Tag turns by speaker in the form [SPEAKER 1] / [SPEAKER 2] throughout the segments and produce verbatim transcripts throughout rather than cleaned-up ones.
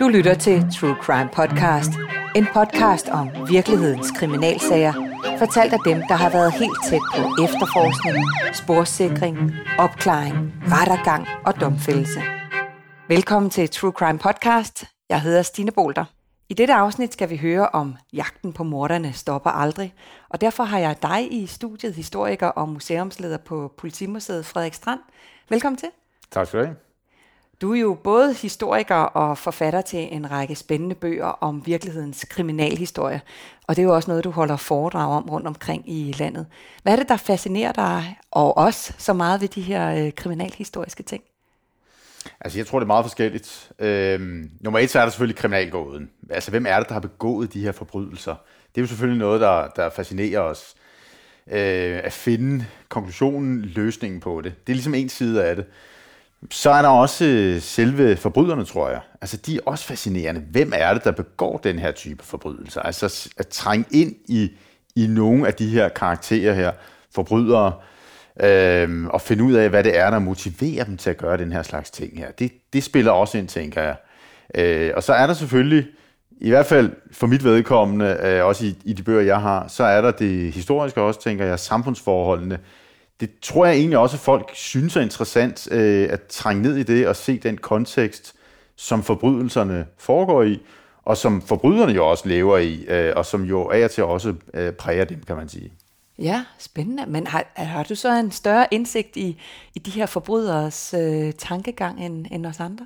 [SPEAKER 1] lytter til True Crime Podcast. En podcast om virkelighedens kriminalsager, fortalt af dem, der har været helt tæt på efterforskning, sporsikring, opklaring, rettergang og domfældelse. Velkommen til True Crime Podcast. Jeg hedder Stine Bolter. I dette afsnit skal vi høre om jagten på morderne stopper aldrig, og derfor har jeg dig i studiet, historiker og museumsleder på Politimuseet Frederik Strand. Velkommen til.
[SPEAKER 2] Tak skal du have.
[SPEAKER 1] Du er jo både historiker og forfatter til en række spændende bøger om virkelighedens kriminalhistorie, og det er jo også noget, du holder foredrag om rundt omkring i landet. Hvad er det, der fascinerer dig og os så meget ved de her øh, kriminalhistoriske ting?
[SPEAKER 2] Altså, jeg tror, det er meget forskelligt. Øhm, nummer et, så er der selvfølgelig kriminalgåden. Altså, hvem er det, der har begået de her forbrydelser? Det er jo selvfølgelig noget, der, der fascinerer os. Øh, at finde konklusionen, løsningen på det. Det er ligesom en side af det. Så er der også selve forbryderne, tror jeg. Altså, de er også fascinerende. Hvem er det, der begår den her type forbrydelser? Altså, at trænge ind i, i nogle af de her karakterer her, forbrydere, øhm, og finde ud af, hvad det er, der motiverer dem til at gøre den her slags ting her. Det, det spiller også ind, tænker jeg. Øh, og så er der selvfølgelig, i hvert fald for mit vedkommende, øh, også i, i de bøger, jeg har, så er der det historiske også, tænker jeg, samfundsforholdene. Det tror jeg egentlig også, at folk synes er interessant øh, at trænge ned i det og se den kontekst, som forbrydelserne foregår i, og som forbryderne jo også lever i, øh, og som jo af og til også øh, præger dem, kan man sige.
[SPEAKER 1] Ja, spændende. Men har, har du så en større indsigt i, i de her forbryderes øh, tankegang end, end os andre?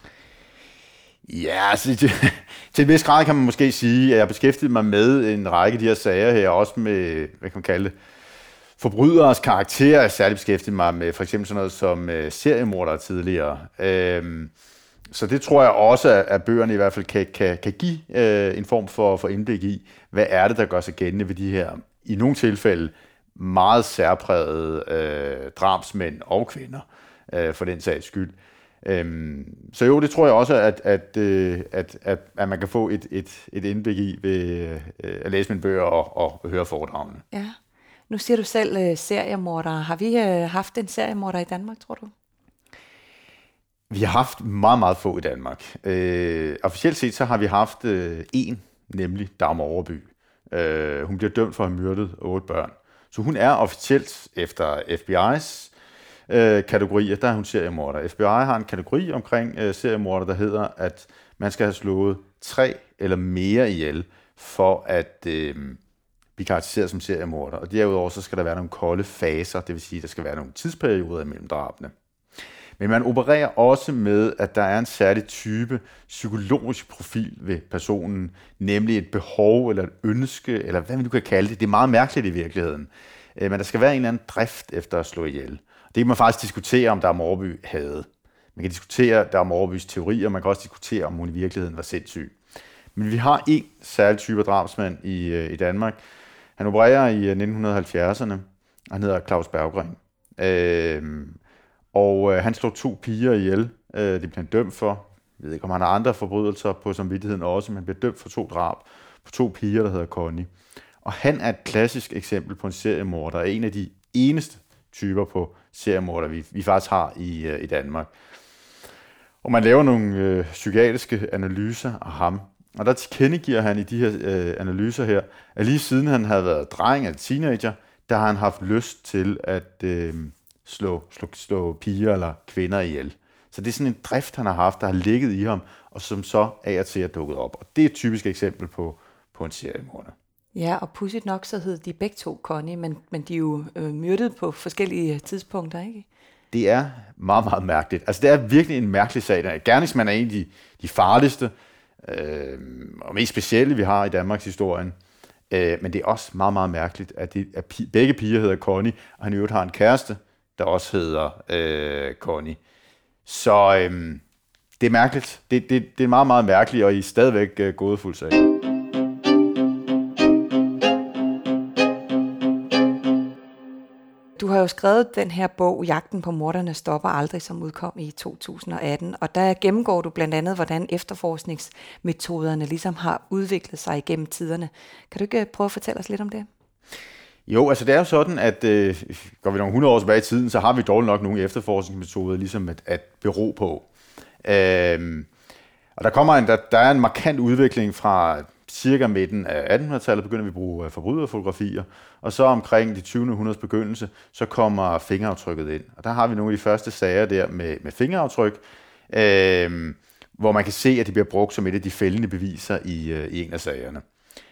[SPEAKER 2] Ja, altså, til, til en vis grad kan man måske sige, at jeg beskæftigede mig med en række af de her sager her, også med, hvad kan man kalde det, forbryderes karakter. Jeg særligt beskæftiget mig med for eksempel sådan noget som uh, seriemordere tidligere. Øhm, så det tror jeg også, at, at bøgerne i hvert fald kan, kan, kan give uh, en form for, for indblik i, hvad er det, der gør sig gældende ved de her, i nogle tilfælde, meget særprægede uh, drabsmænd og kvinder, uh, for den sags skyld. Um, så jo, det tror jeg også, at, at, uh, at, at, at man kan få et, et, et indblik i ved uh, at læse mine bøger og, og høre foredragene.
[SPEAKER 1] Ja. Nu siger du selv uh, seriemordere. Har vi uh, haft en seriemorder i Danmark, tror du?
[SPEAKER 2] Vi har haft meget, meget få i Danmark. Uh, officielt set så har vi haft uh, en, nemlig Dagmar Overby. Uh, hun bliver dømt for at have myrdet otte børn. Så hun er officielt efter F B I's uh, kategorier, der er hun seriemorder. F B I har en kategori omkring uh, seriemorder, der hedder, at man skal have slået tre eller mere ihjel for at Uh, blive karakteriseret som seriemorder. Og derudover så skal der være nogle kolde faser, det vil sige, at der skal være nogle tidsperioder imellem drabene. Men man opererer også med, at der er en særlig type psykologisk profil ved personen, nemlig et behov eller et ønske, eller hvad man nu kan kalde det. Det er meget mærkeligt i virkeligheden. Men der skal være en eller anden drift efter at slå ihjel. Det kan man faktisk diskutere, om Dagmar Overby havde. Man kan diskutere Dagmar Overbys teorier, man kan også diskutere, om hun i virkeligheden var sindssyg. Men vi har en særlig type drabsmand i, i Danmark. Han opererer i nitten halvfjerdserne, og han hedder Claus Berggren. Øh, og øh, han slog to piger ihjel. Øh, det blev han dømt for. Jeg ved ikke, om han har andre forbrydelser på samvittigheden også, men han blev dømt for to drab på to piger, der hedder Connie. Og han er et klassisk eksempel på en seriemorder, en af de eneste typer på seriemorder, vi, vi faktisk har i, øh, i Danmark. Og man laver nogle øh, psykiatriske analyser af ham. Og der tilkendegiver han i de her øh, analyser her, at lige siden han havde været dreng eller teenager, der har han haft lyst til at øh, slå, slå, slå piger eller kvinder ihjel. Så det er sådan en drift, han har haft, der har ligget i ham, og som så af og til er dukket op. Og det er et typisk eksempel på, på en seriemorder.
[SPEAKER 1] Ja, og pudsigt nok så hed de begge to Connie, men, men de er jo øh, myrdet på forskellige tidspunkter, ikke?
[SPEAKER 2] Det er meget, meget mærkeligt. Altså det er virkelig en mærkelig sag. Gerningsmand er en af de, de farligste, Øh, og mest specielle, vi har i Danmarks historien. Øh, men det er også meget, meget mærkeligt, at, de, at pi- begge piger hedder Connie, og han i øvrigt har en kæreste, der også hedder øh, Connie. Så øh, det er mærkeligt. Det, det, det er meget, meget mærkeligt, og I er stadigvæk øh, gådefuld sag.
[SPEAKER 1] Du har jo skrevet den her bog, Jagten på morderne stopper aldrig, som udkom i to tusind og atten, og der gennemgår du blandt andet, hvordan efterforskningsmetoderne ligesom har udviklet sig igennem tiderne. Kan du ikke prøve at fortælle os lidt om det?
[SPEAKER 2] Jo, altså det er jo sådan, at øh, går vi nogle hundrede år tilbage i tiden, så har vi dårligt nok nogle efterforskningsmetoder ligesom at, at bero på. Øh, Og der, kommer en, der, der er en markant udvikling fra cirka midten af attenhundredetallet, begynder vi at bruge forbryderfotografier, og så omkring de tyvende århundredes begyndelse, så kommer fingeraftrykket ind. Og der har vi nogle af de første sager der med, med fingeraftryk, øh, hvor man kan se, at de bliver brugt som et af de fældende beviser i, øh, i en af sagerne.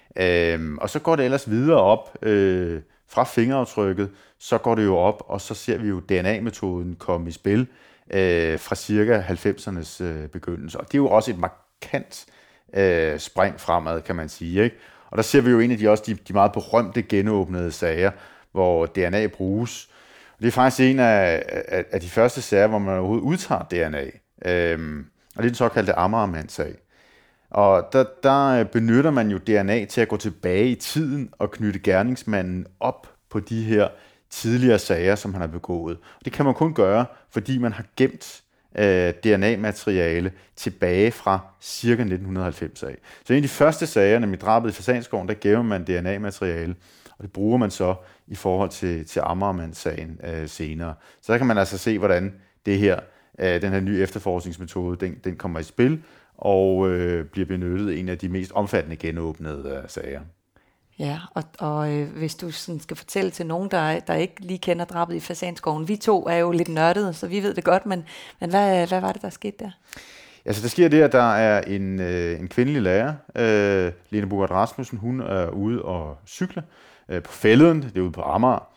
[SPEAKER 2] Øh, og så går det ellers videre op øh, fra fingeraftrykket, så går det jo op, og så ser vi jo D N A-metoden komme i spil øh, fra cirka halvfemsernes øh, begyndelse. Og det er jo også et markant øh, spring fremad, kan man sige, ikke? Og der ser vi jo en af de, også de, de meget berømte genåbnede sager, hvor D N A bruges. Og det er faktisk en af, af, af de første sager, hvor man overhovedet udtager D N A. Øhm, og det er den såkaldte Amagermand-sag. Og der, der benytter man jo D N A til at gå tilbage i tiden og knytte gerningsmanden op på de her tidligere sager, som han har begået. Og det kan man kun gøre, fordi man har gemt øh, D N A-materiale tilbage fra cirka nitten halvfems af. Så en af de første sager, nemlig drabet i Fasanskoven, der gemmer man D N A-materiale, og det bruger man så i forhold til, til Amagermand-sagen øh, senere. Så der kan man altså se, hvordan det her, øh, den her nye efterforskningsmetode, den, den kommer i spil, og øh, bliver benyttet en af de mest omfattende genåbnede øh, sager.
[SPEAKER 1] Ja, og, og øh, hvis du sådan skal fortælle til nogen, der, der ikke lige kender drabet i Fasanskoven, vi to er jo lidt nørdede, så vi ved det godt, men, men hvad, hvad var det, der skete der?
[SPEAKER 2] Altså, der sker det, at der er en, øh, en kvindelig lærer, øh, Lene Bugart Rasmussen, hun er ude og cykle øh, på Fælleden, det er ude på Amager,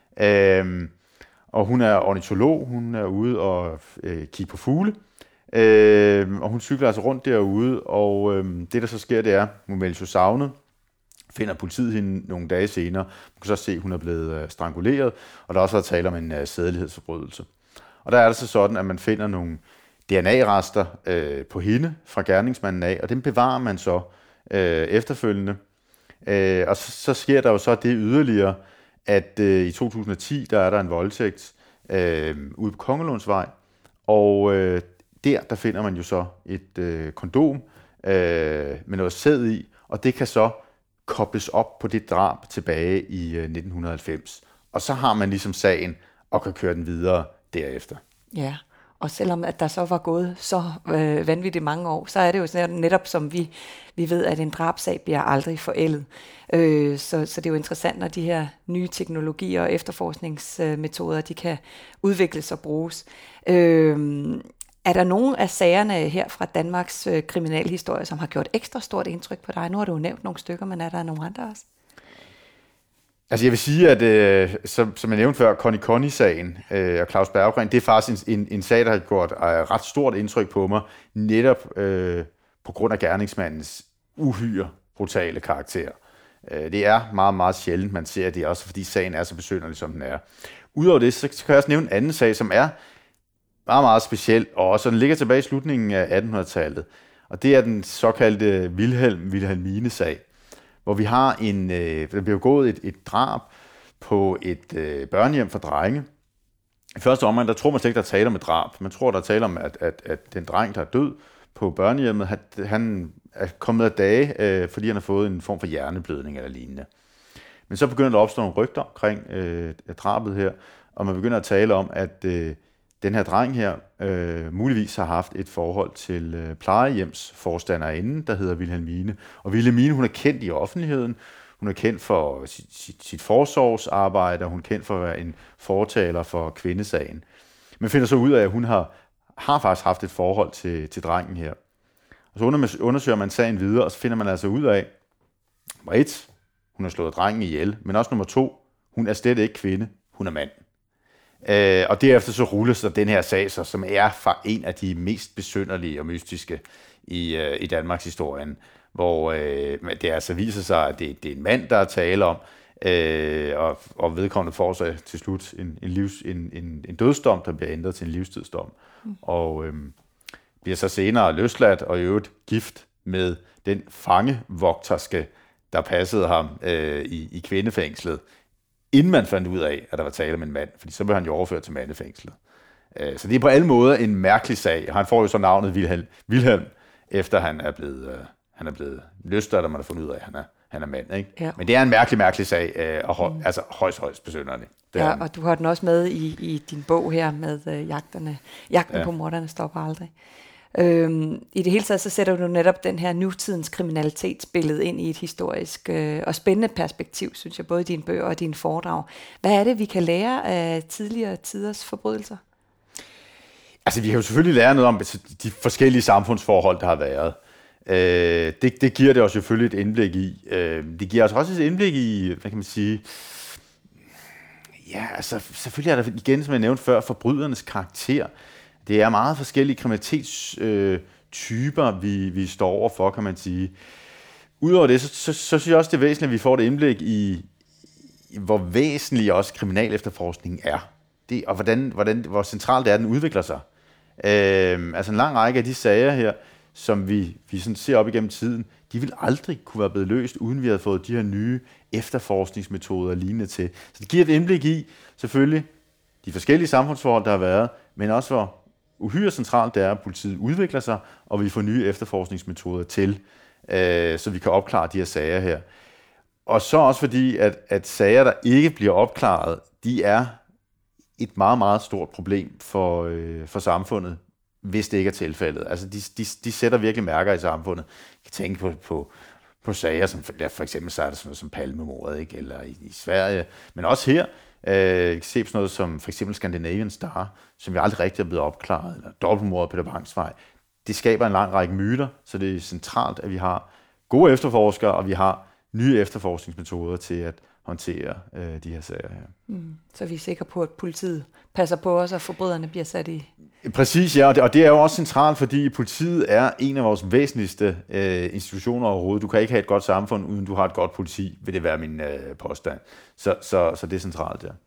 [SPEAKER 2] øh, og hun er ornitolog, hun er ude og øh, kigge på fugle, øh, og hun cykler altså rundt derude, og øh, det, der så sker, det er, hun meldes jo savnet, finder politiet hende nogle dage senere. Man kan så se, at hun er blevet øh, stranguleret, og der er også været tale om en øh, sædelighedsforbrydelse. Og der er det så sådan, at man finder nogle D N A-rester øh, på hende fra gerningsmanden af, og dem bevarer man så øh, efterfølgende. Øh, og så, så sker der jo så det yderligere, at øh, i to tusind og ti, der er der en voldtægt øh, ude på Kongelundsvej, og øh, der, der finder man jo så et øh, kondom øh, med noget sæd i, og det kan så kobles op på det drab tilbage i øh, nitten halvfems. Og så har man ligesom sagen, og kan køre den videre derefter.
[SPEAKER 1] Ja, og selvom at der så var gået så øh, vanvittigt mange år, så er det jo sådan, netop som vi, vi ved, at en drabsag bliver aldrig forældet. Øh, så, så det er jo interessant, når de her nye teknologier og efterforskningsmetoder, de kan udvikles og bruges. Øh, er der nogle af sagerne her fra Danmarks øh, kriminalhistorie, som har gjort ekstra stort indtryk på dig? Nu har du jo nævnt nogle stykker, men er der nogle andre også?
[SPEAKER 2] Altså jeg vil sige, at øh, som, som jeg nævnte før, Connie Connie-sagen øh, og Claus Berggren, det er faktisk en, en, en sag, der har gjort øh, ret stort indtryk på mig, netop øh, på grund af gerningsmandens uhyre brutale karakter. Øh, det er meget, meget sjældent, man ser det, også fordi sagen er så besynderlig, som den er. Udover det, så kan jeg også nævne en anden sag, som er meget, meget speciel, og også den ligger tilbage i slutningen af attenhundredetallet. Og det er den såkaldte Wilhelm-Wilhelmine-sag, hvor vi har en, øh, der bliver gået et, et drab på et øh, børnehjem for drenge. I første omgang, der tror man slet ikke, der er tale om et drab. Man tror, der er tale om, at, at, at den dreng, der er død på børnehjemmet, at han er kommet af dage, øh, fordi han har fået en form for hjerneblødning eller lignende. Men så begynder der at opstå nogle rygter omkring øh, drabet her, og man begynder at tale om, at øh, den her dreng her øh, muligvis har haft et forhold til øh, plejehjemsforstanderinden, der hedder Wilhelmine. Og Wilhelmine, hun er kendt i offentligheden. Hun er kendt for sit, sit, sit forsorgsarbejde, og hun er kendt for at være en fortaler for kvindesagen. Men finder så ud af, at hun har, har faktisk haft et forhold til, til drengen her. Og så undersøger man sagen videre, og så finder man altså ud af, nummer et, hun har slået drengen ihjel, men også nummer to, hun er slet ikke kvinde, hun er mand. Øh, og derefter så rulles der den her sag, så, som er en af de mest besynderlige og mystiske i, øh, i Danmarks historien, hvor øh, det altså viser sig, at det, det er en mand, der er tale om, øh, og, og vedkommende får så til slut en, en, livs, en, en, en dødsdom, der bliver ændret til en livstidsdom, mm. og øh, bliver så senere løsladt og i øvrigt gift med den fangevogterske, der passede ham øh, i, i kvindefængslet, inden man fandt ud af, at der var tale om en mand, fordi så blev han jo overført til mandefængslet. Så det er på alle måder en mærkelig sag. Han får jo så navnet Wilhelm, Wilhelm efter han er blevet, uh, han er blevet løsladt, og man har fundet ud af, at han er, han er mand. Ikke? Ja. Men det er en mærkelig, mærkelig sag, uh, og høj, mm. altså højst, højst besynderlig.
[SPEAKER 1] Ja, og du har den også med i, i din bog her med uh, jagterne. Jagten ja. på morderne stopper aldrig. Øhm, I det hele taget så sætter du netop den her nutidens kriminalitetsbillede ind i et historisk øh, og spændende perspektiv, synes jeg, både i dine bøger og dine foredrag. Hvad er det, vi kan lære af tidligere tiders forbrydelser?
[SPEAKER 2] Altså, vi kan jo selvfølgelig lære noget om de forskellige samfundsforhold, der har været. Øh, det, det giver det os selvfølgelig et indblik i. Øh, det giver os også et indblik i, hvad kan man sige... Ja, altså, selvfølgelig er der igen, som jeg nævnte før, forbrydernes karakter. Det er meget forskellige kriminalitetstyper, øh, vi, vi står overfor, kan man sige. Udover det, så, så, så synes jeg også, det er væsentligt, at vi får et indblik i, i hvor væsentlig også kriminal efterforskning er. Det, og hvordan, hvordan, hvor centralt det er, den udvikler sig. Øh, altså en lang række af de sager her, som vi, vi sådan ser op igennem tiden, de vil aldrig kunne være blevet løst, uden vi havde fået de her nye efterforskningsmetoder og lignende til. Så det giver et indblik i, selvfølgelig, de forskellige samfundsforhold, der har været, men også hvor uhyre centralt det er, at politiet udvikler sig, og vi får nye efterforskningsmetoder til, øh, så vi kan opklare de her sager her. Og så også fordi, at, at sager, der ikke bliver opklaret, de er et meget, meget stort problem for, øh, for samfundet, hvis det ikke er tilfældet. Altså, de, de, de sætter virkelig mærker i samfundet. Jeg kan tænke på, på, på sager, som ja, for eksempel så er der sådan noget som Palmemordet, ikke? Eller i, i Sverige, men også her. Øh, jeg kan se på sådan noget som for eksempel Scandinavian Star, som jo aldrig rigtig er blevet opklaret, eller dobbeltmordet på Peter Bangs Vej. Det skaber en lang række myter, så det er centralt, at vi har gode efterforskere, og vi har nye efterforskningsmetoder til at håndtere øh, de her sager her.
[SPEAKER 1] Mm. Så vi er sikre på, at politiet passer på os, og forbryderne bliver sat i...
[SPEAKER 2] Præcis, ja, og det, og det er jo også centralt, fordi politiet er en af vores væsentligste øh, institutioner overhovedet. Du kan ikke have et godt samfund, uden du har et godt politi, vil det være min øh, påstand. Så, så, så det er centralt, ja.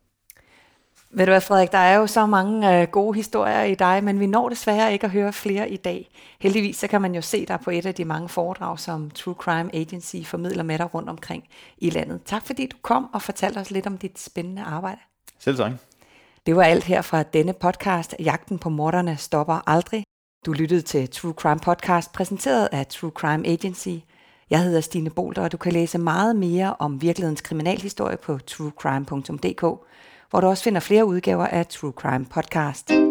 [SPEAKER 1] Ved du hvad, Frederik, der er jo så mange øh, gode historier i dig, men vi når desværre ikke at høre flere i dag. Heldigvis så kan man jo se dig på et af de mange foredrag, som True Crime Agency formidler med dig rundt omkring i landet. Tak fordi du kom og fortalte os lidt om dit spændende arbejde.
[SPEAKER 2] Selv tak.
[SPEAKER 1] Det var alt her fra denne podcast. Jagten på morderne stopper aldrig. Du lyttede til True Crime Podcast, præsenteret af True Crime Agency. Jeg hedder Stine Bolter, og du kan læse meget mere om virkelighedens kriminalhistorie på truecrime punktum d k, hvor du også finder flere udgaver af True Crime Podcast.